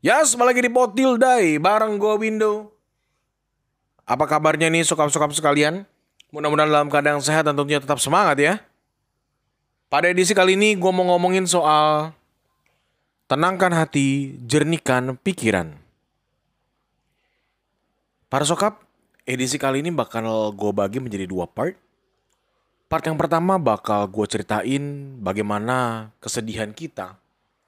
Yas, balik lagi di Potildai bareng gue Window. Apa kabarnya nih sokap-sokap sekalian? Mudah-mudahan dalam keadaan sehat dan tentunya tetap semangat ya. Pada edisi kali ini gue mau ngomongin soal tenangkan hati, jernihkan pikiran. Para sokap, edisi kali ini bakal gue bagi menjadi dua part. Part yang pertama bakal gue ceritain bagaimana kesedihan kita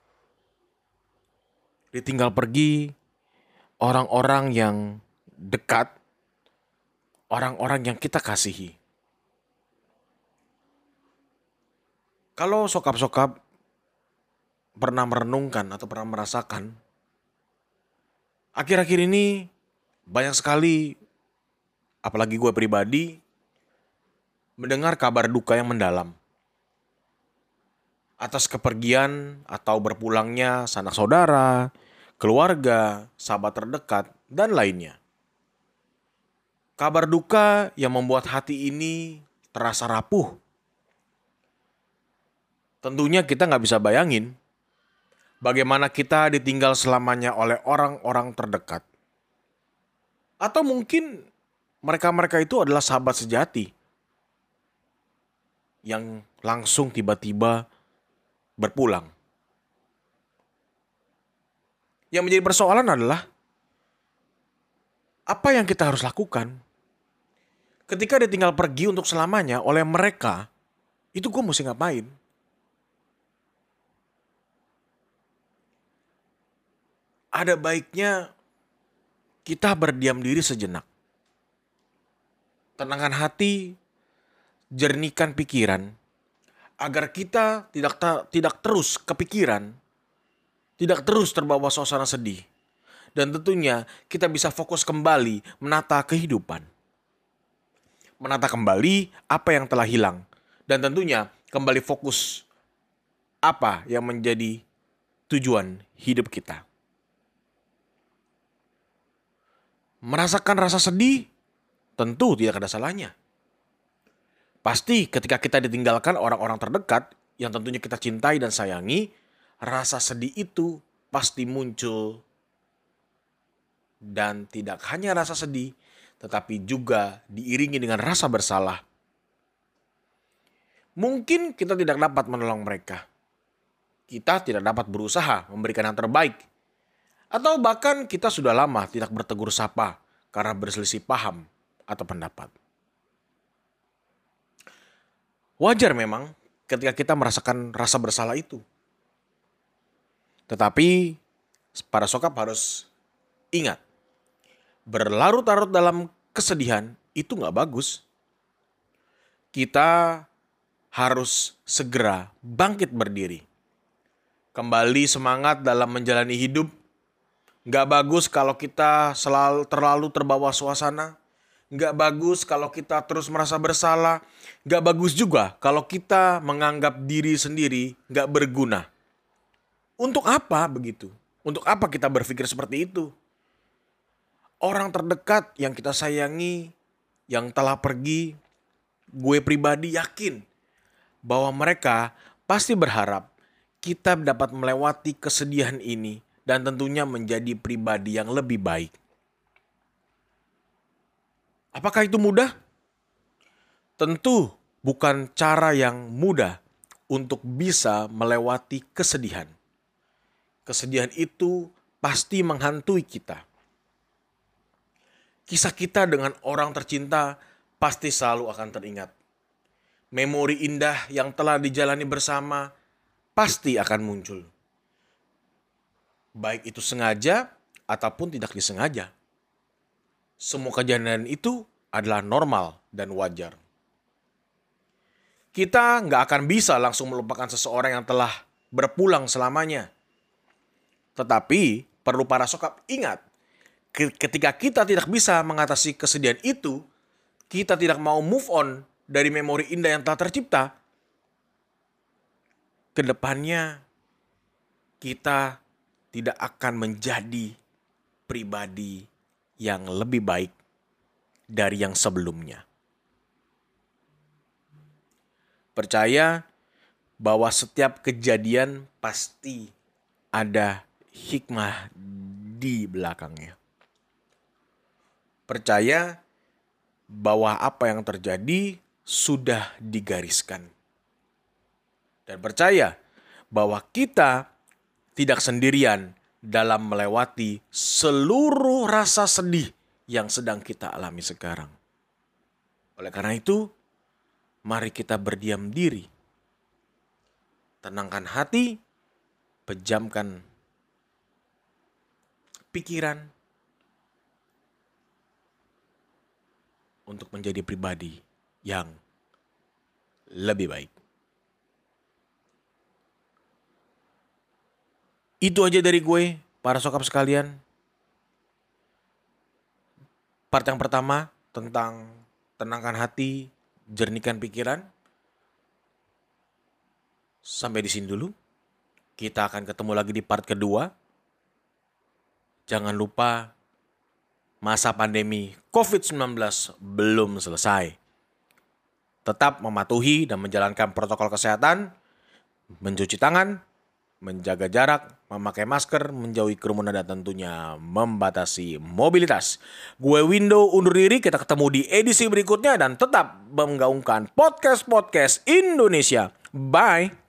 ditinggal pergi orang-orang yang dekat, orang-orang yang kita kasihi. Kalau sokap-sokap pernah merenungkan atau pernah merasakan, akhir-akhir ini banyak sekali, apalagi gue pribadi, mendengar kabar duka yang mendalam atas kepergian atau berpulangnya sanak saudara, keluarga, sahabat terdekat, dan lainnya. Kabar duka yang membuat hati ini terasa rapuh. Tentunya kita nggak bisa bayangin bagaimana kita ditinggal selamanya oleh orang-orang terdekat. Atau mungkin mereka-mereka itu adalah sahabat sejati yang langsung tiba-tiba berpulang. Yang menjadi persoalan adalah apa yang kita harus lakukan ketika ditinggal pergi untuk selamanya oleh mereka. Itu gue mesti ngapain? Ada baiknya kita berdiam diri sejenak. Tenangkan hati, jernihkan pikiran, agar kita tidak terus kepikiran, tidak terus terbawa suasana sedih. Dan tentunya kita bisa fokus kembali menata kehidupan. Menata kembali apa yang telah hilang. Dan tentunya kembali fokus apa yang menjadi tujuan hidup kita. Merasakan rasa sedih tentu tidak ada salahnya. Pasti ketika kita ditinggalkan orang-orang terdekat yang tentunya kita cintai dan sayangi, rasa sedih itu pasti muncul. Dan tidak hanya rasa sedih, tetapi juga diiringi dengan rasa bersalah. Mungkin kita tidak dapat menolong mereka. Kita tidak dapat berusaha memberikan yang terbaik. Atau bahkan kita sudah lama tidak bertegur sapa karena berselisih paham atau pendapat. Wajar memang ketika kita merasakan rasa bersalah itu. Tetapi para sokap harus ingat, berlarut-larut dalam kesedihan itu gak bagus. Kita harus segera bangkit berdiri. Kembali semangat dalam menjalani hidup. Gak bagus kalau kita terlalu terbawa suasana. Gak bagus kalau kita terus merasa bersalah. Gak bagus juga kalau kita menganggap diri sendiri gak berguna. Untuk apa begitu? Untuk apa kita berpikir seperti itu? Orang terdekat yang kita sayangi, yang telah pergi, gue pribadi yakin bahwa mereka pasti berharap kita dapat melewati kesedihan ini dan tentunya menjadi pribadi yang lebih baik. Apakah itu mudah? Tentu bukan cara yang mudah untuk bisa melewati kesedihan. Kesedihan itu pasti menghantui kita. Kisah kita dengan orang tercinta pasti selalu akan teringat. Memori indah yang telah dijalani bersama pasti akan muncul. Baik itu sengaja ataupun tidak disengaja. Semua kejadian itu adalah normal dan wajar. Kita gak akan bisa langsung melupakan seseorang yang telah berpulang selamanya. Tetapi perlu para sokap ingat, ketika kita tidak bisa mengatasi kesedihan itu, kita tidak mau move on dari memori indah yang telah tercipta, kedepannya kita tidak akan menjadi pribadi yang lebih baik dari yang sebelumnya. Percaya bahwa setiap kejadian pasti ada hikmah di belakangnya. Percaya bahwa apa yang terjadi sudah digariskan. Dan percaya bahwa kita tidak sendirian dalam melewati seluruh rasa sedih yang sedang kita alami sekarang. Oleh karena itu, mari kita berdiam diri. Tenangkan hati, pejamkan pikiran untuk menjadi pribadi yang lebih baik. Itu aja dari gue, para sokap sekalian. Part yang pertama tentang tenangkan hati, jernihkan pikiran. Sampai di sini dulu. Kita akan ketemu lagi di part kedua. Jangan lupa masa pandemi COVID-19 belum selesai. Tetap mematuhi dan menjalankan protokol kesehatan, mencuci tangan, menjaga jarak, memakai masker, menjauhi kerumunan, dan tentunya membatasi mobilitas. Gue Window undur diri, kita ketemu di edisi berikutnya dan tetap menggaungkan podcast Indonesia. Bye!